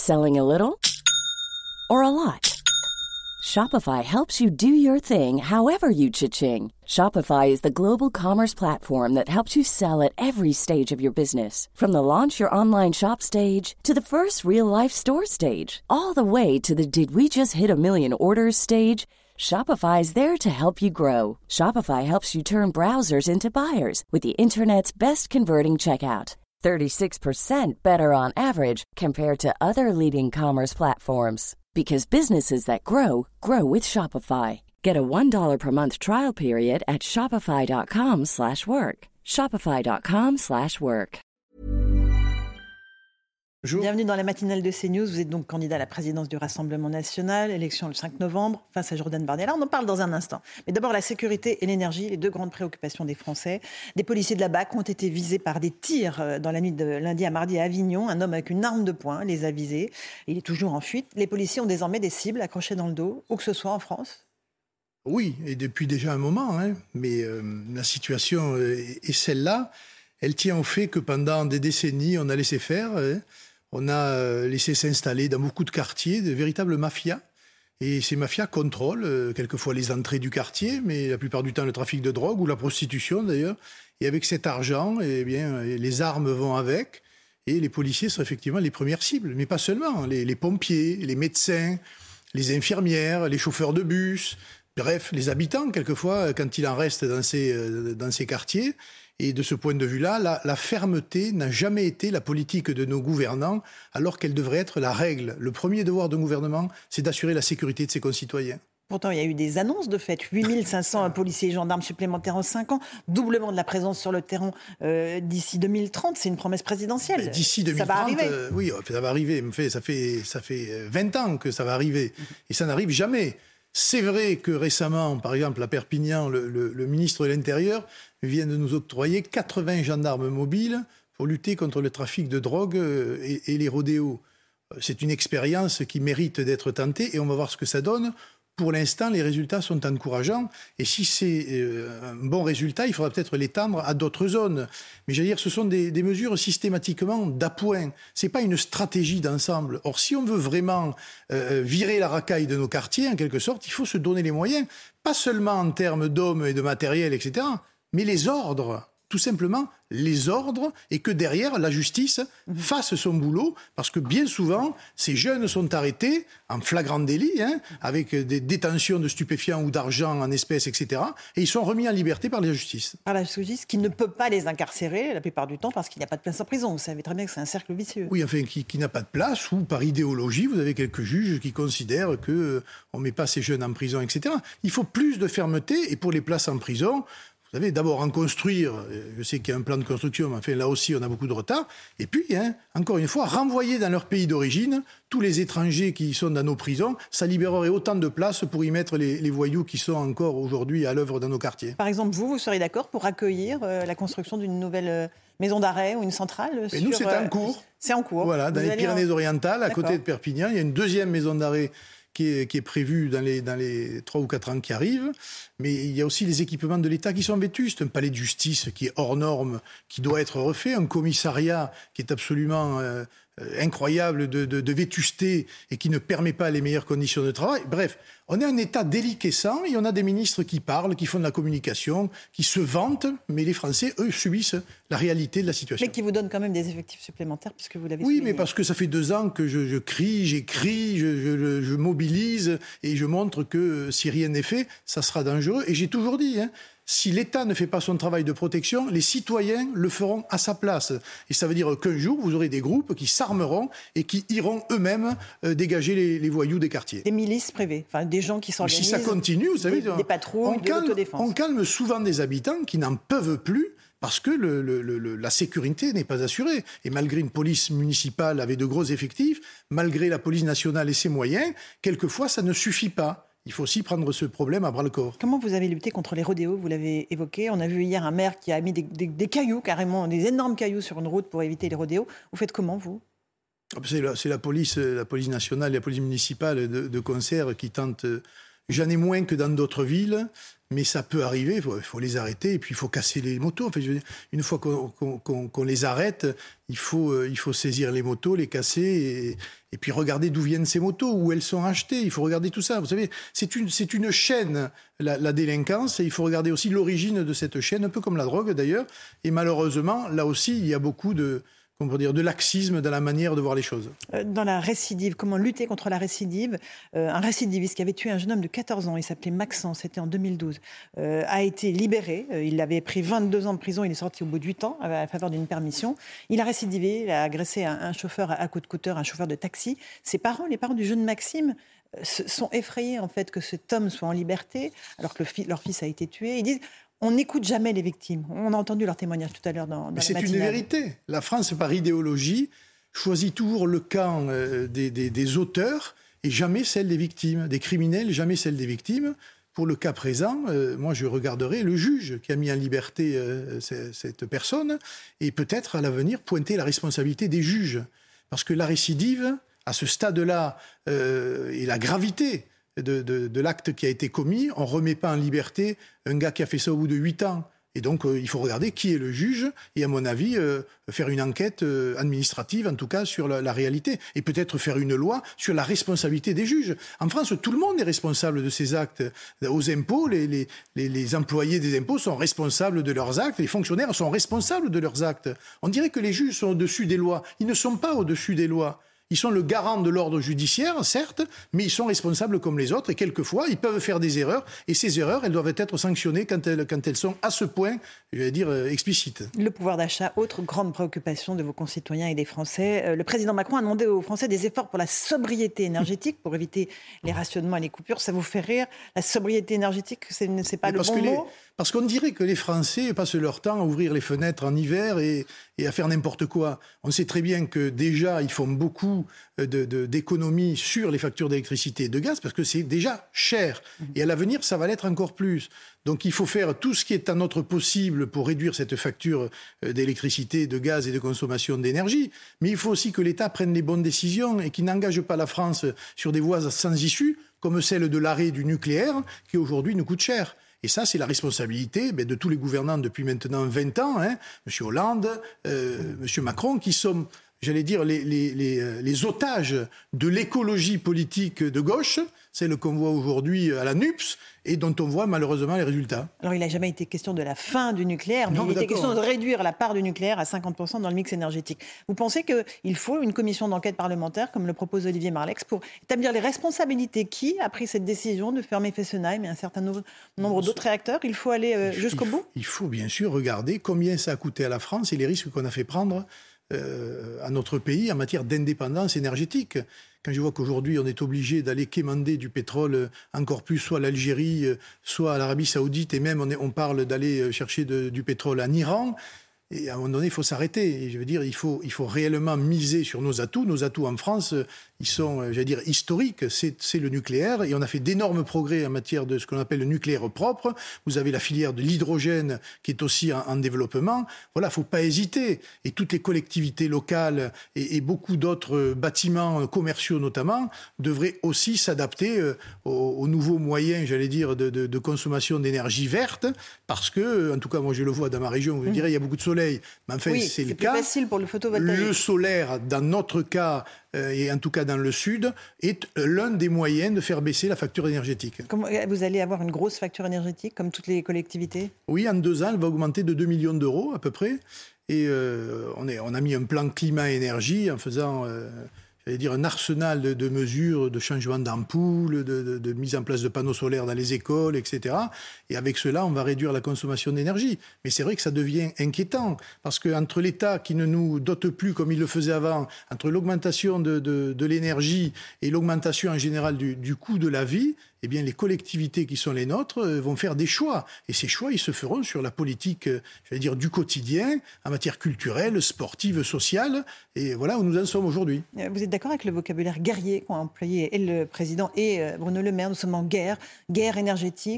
Selling a little or a lot? Shopify helps you do your thing however you cha-ching. Shopify is the global commerce platform that helps you sell at every stage of your business. From the launch your online shop stage to the first real-life store stage, all the way to the did we just hit a million orders stage. Shopify is there to help you grow. Shopify helps you turn browsers into buyers with the internet's best converting checkout. 36% better on average compared to other leading commerce platforms. Because businesses that grow, grow with Shopify. Get a $1 per month trial period at shopify.com/work. Shopify.com/work. Bienvenue dans la matinale de CNews. Vous êtes donc candidat à la présidence du Rassemblement national, élection le 5 novembre, face à Jordan Bardella. On en parle dans un instant. Mais d'abord, la sécurité et l'énergie, les deux grandes préoccupations des Français. Des policiers de la BAC ont été visés par des tirs dans la nuit de lundi à mardi à Avignon. Un homme avec une arme de poing les a visés. Il est toujours en fuite. Les policiers ont désormais des cibles accrochées dans le dos, où que ce soit en France. Oui, et depuis déjà un moment. Mais la situation est celle-là. Elle tient au fait que pendant des décennies, on a laissé faire... On a laissé s'installer dans beaucoup de quartiers de véritables mafias. Et ces mafias contrôlent quelquefois les entrées du quartier, mais la plupart du temps le trafic de drogue ou la prostitution d'ailleurs. Et avec cet argent, les armes vont avec. Et les policiers sont effectivement les premières cibles. Mais pas seulement. Les pompiers, les médecins, les infirmières, les chauffeurs de bus. Bref, les habitants, quelquefois, quand il en reste dans ces quartiers. Et de ce point de vue-là, la fermeté n'a jamais été la politique de nos gouvernants, alors qu'elle devrait être la règle. Le premier devoir d'un gouvernement, c'est d'assurer la sécurité de ses concitoyens. Pourtant, il y a eu des annonces de fait. 8500 policiers et gendarmes supplémentaires en 5 ans, doublement de la présence sur le terrain d'ici 2030. C'est une promesse présidentielle. Mais d'ici 2030, ça va arriver. Oui, ça va arriver. Ça fait 20 ans que ça va arriver. Et ça n'arrive jamais. C'est vrai que récemment, par exemple, à Perpignan, le ministre de l'Intérieur vient de nous octroyer 80 gendarmes mobiles pour lutter contre le trafic de drogue et les rodéos. C'est une expérience qui mérite d'être tentée et on va voir ce que ça donne. Pour l'instant, les résultats sont encourageants. Et si c'est un bon résultat, il faudra peut-être l'étendre à d'autres zones. Mais j'allais dire, ce sont des mesures systématiquement d'appoint. Ce n'est pas une stratégie d'ensemble. Or, si on veut vraiment virer la racaille de nos quartiers, en quelque sorte, il faut se donner les moyens. Pas seulement en termes d'hommes et de matériel, etc., mais les ordres. Tout simplement les ordres et que derrière la justice fasse son boulot parce que bien souvent ces jeunes sont arrêtés en flagrant délit avec des détentions de stupéfiants ou d'argent en espèces, etc. et ils sont remis en liberté par la justice. Par la justice qui ne peut pas les incarcérer la plupart du temps parce qu'il n'y a pas de place en prison. Vous savez très bien que c'est un cercle vicieux. Oui, enfin qui n'a pas de place ou par idéologie vous avez quelques juges qui considèrent qu'on ne met pas ces jeunes en prison, etc. Il faut plus de fermeté et pour les places en prison... Vous savez, d'abord en construire, je sais qu'il y a un plan de construction, mais enfin là aussi on a beaucoup de retard. Et puis, encore une fois, renvoyer dans leur pays d'origine tous les étrangers qui sont dans nos prisons. Ça libérerait autant de places pour y mettre les voyous qui sont encore aujourd'hui à l'œuvre dans nos quartiers. Par exemple, vous seriez d'accord pour accueillir la construction d'une nouvelle maison d'arrêt ou une centrale Et nous, c'est en cours. C'est en cours. Voilà, dans les Pyrénées-Orientales, à côté de Perpignan, il y a une deuxième maison d'arrêt qui est prévu dans les 3 ou 4 ans qui arrivent. Mais il y a aussi les équipements de l'État qui sont vétustes. Un palais de justice qui est hors norme, qui doit être refait. Un commissariat qui est absolument incroyable de vétusté et qui ne permet pas les meilleures conditions de travail. Bref, on est un État déliquescent et on a des ministres qui parlent, qui font de la communication, qui se vantent, mais les Français, eux, subissent la réalité de la situation. Mais qui vous donnent quand même des effectifs supplémentaires puisque vous l'avez Oui, souligné. mais parce que ça fait 2 ans que je crie, j'écris, je mobilise et je montre que si rien n'est fait, ça sera dangereux. Et j'ai toujours dit, si l'État ne fait pas son travail de protection, les citoyens le feront à sa place. Et ça veut dire qu'un jour, vous aurez des groupes qui s'armeront et qui iront eux-mêmes dégager les voyous des quartiers. Des milices privées, enfin des gens qui s'organisent. Si ça continue, vous savez, des patrouilles, de l'autodéfense. On calme souvent des habitants qui n'en peuvent plus parce que la sécurité n'est pas assurée. Et malgré une police municipale avec de gros effectifs, malgré la police nationale et ses moyens, quelquefois ça ne suffit pas. Il faut aussi prendre ce problème à bras-le-corps. Comment vous avez lutté contre les rodéos ? Vous l'avez évoqué. On a vu hier un maire qui a mis des cailloux, carrément, des énormes cailloux sur une route pour éviter les rodéos. Vous faites comment, vous ? C'est la police nationale et la police municipale de concert qui tentent J'en ai moins que dans d'autres villes, mais ça peut arriver, il faut les arrêter, et puis il faut casser les motos. En fait, je veux dire, une fois qu'on les arrête, il faut saisir les motos, les casser, et puis regarder d'où viennent ces motos, où elles sont achetées. Il faut regarder tout ça. Vous savez, c'est une chaîne, la délinquance, et il faut regarder aussi l'origine de cette chaîne, un peu comme la drogue d'ailleurs. Et malheureusement, là aussi, il y a beaucoup de laxisme dans la manière de voir les choses. Dans la récidive, comment lutter contre la récidive ? Un récidiviste qui avait tué un jeune homme de 14 ans, il s'appelait Maxence, c'était en 2012, a été libéré. Il avait pris 22 ans de prison, il est sorti au bout de 8 ans à faveur d'une permission. Il a récidivé, il a agressé un chauffeur à coups de cutter, un chauffeur de taxi. Ses parents, les parents du jeune Maxime, sont effrayés en fait que cet homme soit en liberté alors que leur fils a été tué. Ils disent... On n'écoute jamais les victimes. On a entendu leur témoignage tout à l'heure dans la matinale. C'est une vérité. La France, par idéologie, choisit toujours le camp des auteurs et jamais celle des victimes. Des criminels, jamais celle des victimes. Pour le cas présent, moi, je regarderai le juge qui a mis en liberté cette personne et peut-être, à l'avenir, pointer la responsabilité des juges. Parce que la récidive, à ce stade-là, et la gravité de l'acte qui a été commis, on ne remet pas en liberté un gars qui a fait ça au bout de 8 ans. Et donc, il faut regarder qui est le juge et, à mon avis, faire une enquête administrative, en tout cas, sur la réalité. Et peut-être faire une loi sur la responsabilité des juges. En France, tout le monde est responsable de ses actes. Aux impôts, les employés des impôts sont responsables de leurs actes. Les fonctionnaires sont responsables de leurs actes. On dirait que les juges sont au-dessus des lois. Ils ne sont pas au-dessus des lois. Ils sont le garant de l'ordre judiciaire, certes, mais ils sont responsables comme les autres. Et quelquefois, ils peuvent faire des erreurs. Et ces erreurs, elles doivent être sanctionnées quand elles sont à ce point, je vais dire, explicites. Le pouvoir d'achat, autre grande préoccupation de vos concitoyens et des Français. Le président Macron a demandé aux Français des efforts pour la sobriété énergétique, pour éviter les rationnements et les coupures. Ça vous fait rire ? La sobriété énergétique, c'est pas le bon mot ? Parce qu'on dirait que les Français passent leur temps à ouvrir les fenêtres en hiver et à faire n'importe quoi. On sait très bien que déjà, ils font beaucoup d'économies sur les factures d'électricité et de gaz parce que c'est déjà cher. Et à l'avenir, ça va l'être encore plus. Donc il faut faire tout ce qui est à notre possible pour réduire cette facture d'électricité, de gaz et de consommation d'énergie. Mais il faut aussi que l'État prenne les bonnes décisions et qu'il n'engage pas la France sur des voies sans issue, comme celle de l'arrêt du nucléaire, qui aujourd'hui nous coûte cher. Et ça, c'est la responsabilité de tous les gouvernants depuis maintenant 20 ans, M. Hollande, M. Macron, qui sont, j'allais dire, les otages de l'écologie politique de gauche, celle qu'on voit aujourd'hui à la NUPS, et dont on voit malheureusement les résultats. Alors, il n'a jamais été question de la fin du nucléaire, mais il était question de réduire la part du nucléaire à 50% dans le mix énergétique. Vous pensez qu'il faut une commission d'enquête parlementaire, comme le propose Olivier Marleix, pour établir les responsabilités ? Qui a pris cette décision de fermer Fessenheim et un certain nombre d'autres réacteurs ? Il faut aller jusqu'au bout ? Il faut bien sûr regarder combien ça a coûté à la France et les risques qu'on a fait prendre à notre pays en matière d'indépendance énergétique. Quand je vois qu'aujourd'hui, on est obligé d'aller quémander du pétrole encore plus, soit à l'Algérie, soit à l'Arabie Saoudite, et même on parle d'aller chercher du pétrole en Iran, et à un moment donné, il faut s'arrêter. Et je veux dire, il faut réellement miser sur nos atouts. Nos atouts en France, ils sont, j'allais dire, historiques. C'est le nucléaire. Et on a fait d'énormes progrès en matière de ce qu'on appelle le nucléaire propre. Vous avez la filière de l'hydrogène qui est aussi en développement. Voilà, il ne faut pas hésiter. Et toutes les collectivités locales et beaucoup d'autres bâtiments commerciaux notamment devraient aussi s'adapter aux nouveaux moyens, j'allais dire, de consommation d'énergie verte. Parce que, en tout cas, moi je le vois dans ma région, vous direz, il y a beaucoup de soleil. Mais enfin, oui, c'est le plus cas. Facile pour le photovoltaïque. Le solaire, dans notre cas, et en tout cas dans le Sud, est l'un des moyens de faire baisser la facture énergétique. Vous allez avoir une grosse facture énergétique, comme toutes les collectivités ? Oui, en 2 ans, elle va augmenter de 2 millions d'euros à peu près. Et on a mis un plan climat-énergie en faisant... j'allais dire un arsenal de mesures, de changement d'ampoules, de mise en place de panneaux solaires dans les écoles, etc. Et avec cela, on va réduire la consommation d'énergie. Mais c'est vrai que ça devient inquiétant, parce qu'entre l'État qui ne nous dote plus comme il le faisait avant, entre l'augmentation de l'énergie et l'augmentation en général du coût de la vie, eh bien, les collectivités qui sont les nôtres vont faire des choix. Et ces choix, ils se feront sur la politique, j'allais dire, du quotidien, en matière culturelle, sportive, sociale. Et voilà où nous en sommes aujourd'hui. Vous êtes d'accord avec le vocabulaire guerrier qu'ont employé et le président et Bruno Le Maire ? Nous sommes en guerre énergétique.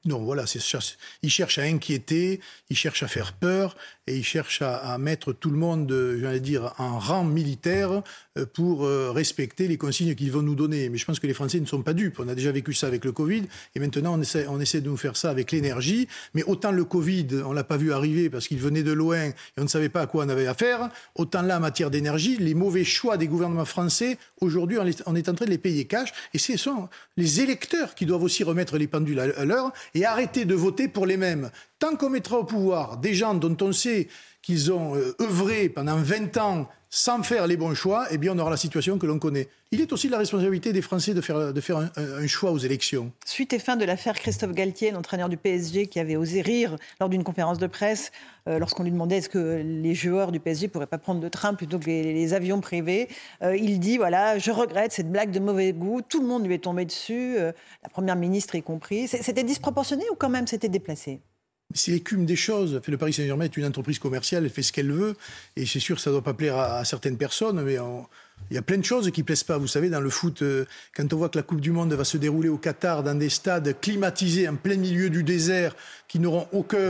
Non, voilà, il cherche à inquiéter, il cherche à faire peur et il cherche à mettre tout le monde, j'allais dire, en rang militaire pour respecter les consignes qu'ils vont nous donner. Mais je pense que les Français ne sont pas dupes. On a déjà vécu ça avec le Covid et maintenant on essaie de nous faire ça avec l'énergie. Mais autant le Covid, on ne l'a pas vu arriver parce qu'il venait de loin et on ne savait pas à quoi on avait affaire, autant là, en matière d'énergie, les mauvais choix des gouvernements français, aujourd'hui, on est en train de les payer cash. Et ce sont les électeurs qui doivent aussi remettre les pendules à l'heure et arrêter de voter pour les mêmes. Tant qu'on mettra au pouvoir des gens dont on sait qu'ils ont œuvré pendant 20 ans sans faire les bons choix, eh bien on aura la situation que l'on connaît. Il est aussi de la responsabilité des Français de faire un choix aux élections. Suite et fin de l'affaire Christophe Galtier, l'entraîneur du PSG qui avait osé rire lors d'une conférence de presse lorsqu'on lui demandait est-ce que les joueurs du PSG ne pourraient pas prendre de train plutôt que les avions privés. Il dit voilà, je regrette cette blague de mauvais goût, tout le monde lui est tombé dessus, la première ministre y compris. C'était disproportionné ou quand même c'était déplacé ? C'est l'écume des choses. Le Paris Saint-Germain est une entreprise commerciale, elle fait ce qu'elle veut. Et c'est sûr que ça ne doit pas plaire à certaines personnes, mais il y a plein de choses qui ne plaisent pas. Vous savez, dans le foot, quand on voit que la Coupe du Monde va se dérouler au Qatar, dans des stades climatisés en plein milieu du désert, qui n'auront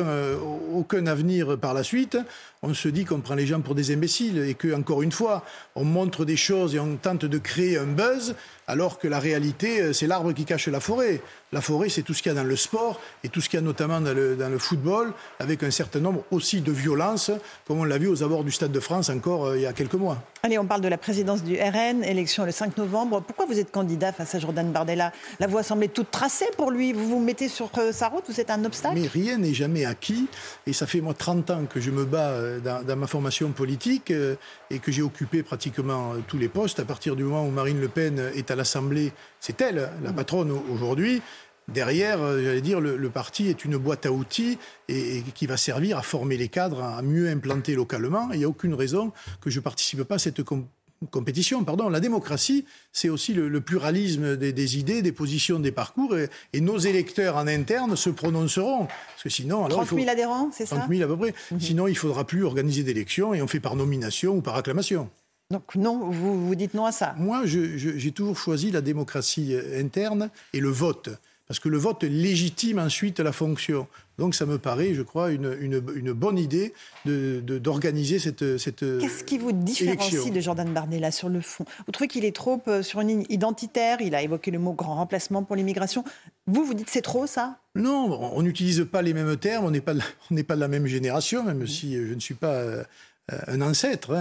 aucun avenir par la suite, on se dit qu'on prend les gens pour des imbéciles et que, encore une fois, on montre des choses et on tente de créer un buzz, alors que la réalité, c'est l'arbre qui cache la forêt. La forêt, c'est tout ce qu'il y a dans le sport et tout ce qu'il y a notamment dans le football, avec un certain nombre aussi de violences, comme on l'a vu aux abords du Stade de France encore il y a quelques mois. Allez, on parle de la présidence du RN, élection le 5 novembre. Pourquoi vous êtes candidat face à Jordan Bardella ? La voie semblait toute tracée pour lui. Vous vous mettez sur sa route, vous êtes un obstacle ? Mais rien n'est jamais acquis. Et ça fait, moi, 30 ans que je me bats dans ma formation politique et que j'ai occupé pratiquement tous les postes. À partir du moment où Marine Le Pen est à l'Assemblée, c'est elle, la patronne aujourd'hui. Derrière, j'allais dire, le parti est une boîte à outils et qui va servir à former les cadres, à mieux implanter localement. Il n'y a aucune raison que je ne participe pas à cette compétition. La démocratie, c'est aussi le pluralisme des idées, des positions, des parcours. Et nos électeurs en interne se prononceront. Parce que sinon, alors, 30 000 adhérents, c'est ça ? 30 000 à peu près. Sinon, il ne faudra plus organiser d'élections et on fait par nomination ou par acclamation. Donc non, vous dites non à ça ? Moi, j'ai toujours choisi la démocratie interne et le vote. Parce que le vote légitime ensuite la fonction. Donc ça me paraît, je crois, une bonne idée d'organiser cette Qu'est-ce qui vous différencie élection. de Jordan Bardella sur le fond ? Vous trouvez qu'il est trop sur une ligne identitaire ? Il a évoqué le mot grand remplacement pour l'immigration. Vous dites c'est trop ça ? Non, on n'utilise pas les mêmes termes, on n'est pas de la même génération, même si je ne suis pas un ancêtre.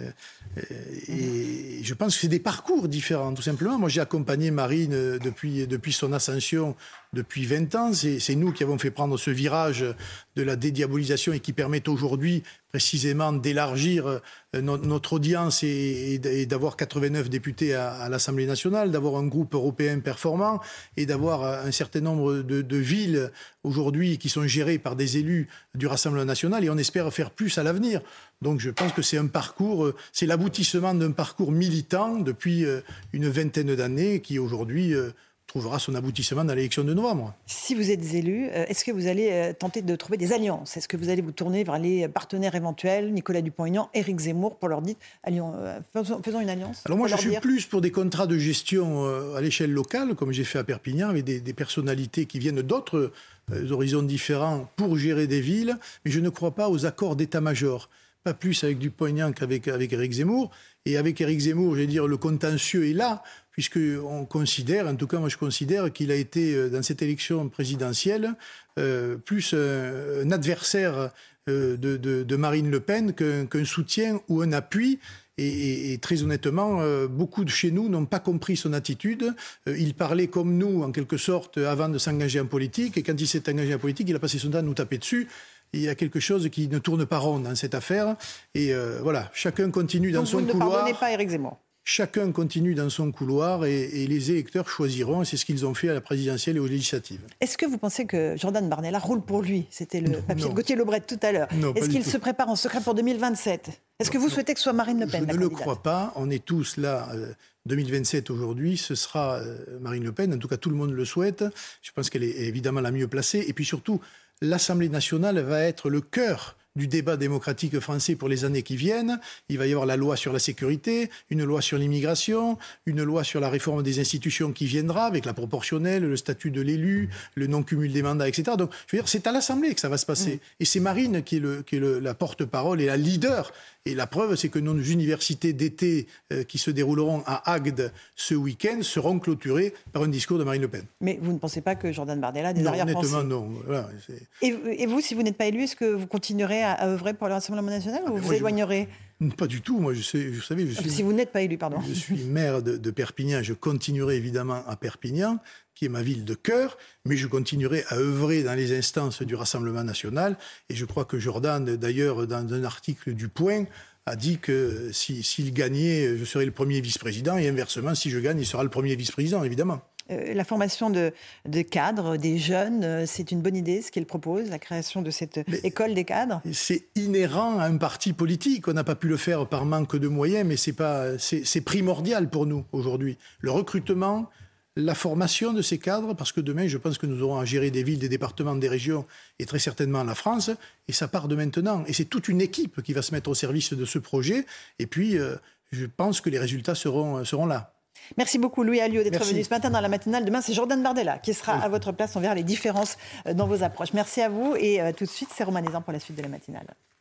Et je pense que c'est des parcours différents, tout simplement. Moi, j'ai accompagné Marine depuis son ascension, depuis 20 ans. C'est nous qui avons fait prendre ce virage de la dédiabolisation et qui permet aujourd'hui précisément d'élargir notre audience et d'avoir 89 députés à l'Assemblée nationale, d'avoir un groupe européen performant et d'avoir un certain nombre de villes aujourd'hui qui sont gérées par des élus du Rassemblement national et on espère faire plus à l'avenir. Donc je pense que c'est un parcours, c'est l'aboutissement d'un parcours militant depuis une vingtaine d'années qui aujourd'hui trouvera son aboutissement dans l'élection de novembre. Si vous êtes élu, est-ce que vous allez tenter de trouver des alliances ? Est-ce que vous allez vous tourner vers les partenaires éventuels, Nicolas Dupont-Aignan, Éric Zemmour, pour leur dire faisons une alliance ? Alors moi, je suis plus pour des contrats de gestion à l'échelle locale, comme j'ai fait à Perpignan, avec des personnalités qui viennent d'autres horizons différents pour gérer des villes, mais je ne crois pas aux accords d'état-major. Pas plus avec Dupont-Aignan qu'avec Éric Zemmour. Et avec Éric Zemmour, le contentieux est là, puisqu'on considère, en tout cas moi je considère qu'il a été, dans cette élection présidentielle, plus un adversaire de Marine Le Pen qu'un soutien ou un appui. Et très honnêtement, beaucoup de chez nous n'ont pas compris son attitude. Il parlait comme nous, en quelque sorte, avant de s'engager en politique. Et quand il s'est engagé en politique, il a passé son temps à nous taper dessus. Il y a quelque chose qui ne tourne pas rond dans cette affaire. Et voilà, chacun continue dans son couloir. Vous ne pardonnez pas Éric Zemmour ? Chacun continue dans son couloir et les électeurs choisiront. C'est ce qu'ils ont fait à la présidentielle et aux législatives. Est-ce que vous pensez que Jordan Bardella roule pour lui ? C'était le papier de Gauthier Lebret tout à l'heure. Est-ce qu'il se prépare en secret pour 2027 ? Est-ce que vous souhaitez que ce soit Marine Le Pen ? Je ne le crois pas. On est tous là. 2027 aujourd'hui, ce sera Marine Le Pen. En tout cas, tout le monde le souhaite. Je pense qu'elle est évidemment la mieux placée. Et puis surtout, l'Assemblée nationale va être le cœur du débat démocratique français pour les années qui viennent. Il va y avoir la loi sur la sécurité, une loi sur l'immigration, une loi sur la réforme des institutions qui viendra avec la proportionnelle, le statut de l'élu, le non-cumul des mandats, etc. Donc, je veux dire, c'est à l'Assemblée que ça va se passer. Et c'est Marine qui est la porte-parole et la leader. Et la preuve, c'est que nos universités d'été qui se dérouleront à Agde ce week-end seront clôturées par un discours de Marine Le Pen. Mais vous ne pensez pas que Jordan Bardella a des arrière-pensées? Honnêtement, non. Voilà, et vous, si vous n'êtes pas élu, est-ce que vous continuerez à œuvrer pour le Rassemblement national ou vous éloignerez? Pas du tout. Moi, vous savez, si vous n'êtes pas élu, pardon. Je suis maire de Perpignan. Je continuerai évidemment à Perpignan, qui est ma ville de cœur, mais je continuerai à œuvrer dans les instances du Rassemblement national. Et je crois que Jordan, d'ailleurs, dans un article du Point, a dit que s'il gagnait, je serais le premier vice-président, et inversement, si je gagne, il sera le premier vice-président, évidemment. La formation de cadres, des jeunes, c'est une bonne idée, ce qu'il propose, la création de cette école des cadres? C'est inhérent à un parti politique. On n'a pas pu le faire par manque de moyens, mais c'est primordial pour nous aujourd'hui. Le recrutement, la formation de ces cadres, parce que demain, je pense que nous aurons à gérer des villes, des départements, des régions, et très certainement la France, et ça part de maintenant. Et c'est toute une équipe qui va se mettre au service de ce projet, et puis je pense que les résultats seront là. Merci beaucoup Louis Alliot d'être venu ce matin dans la matinale. Demain, c'est Jordan Bardella qui sera à votre place. On verra les différences dans vos approches. Merci à vous et tout de suite, c'est Romain Nézan pour la suite de la matinale.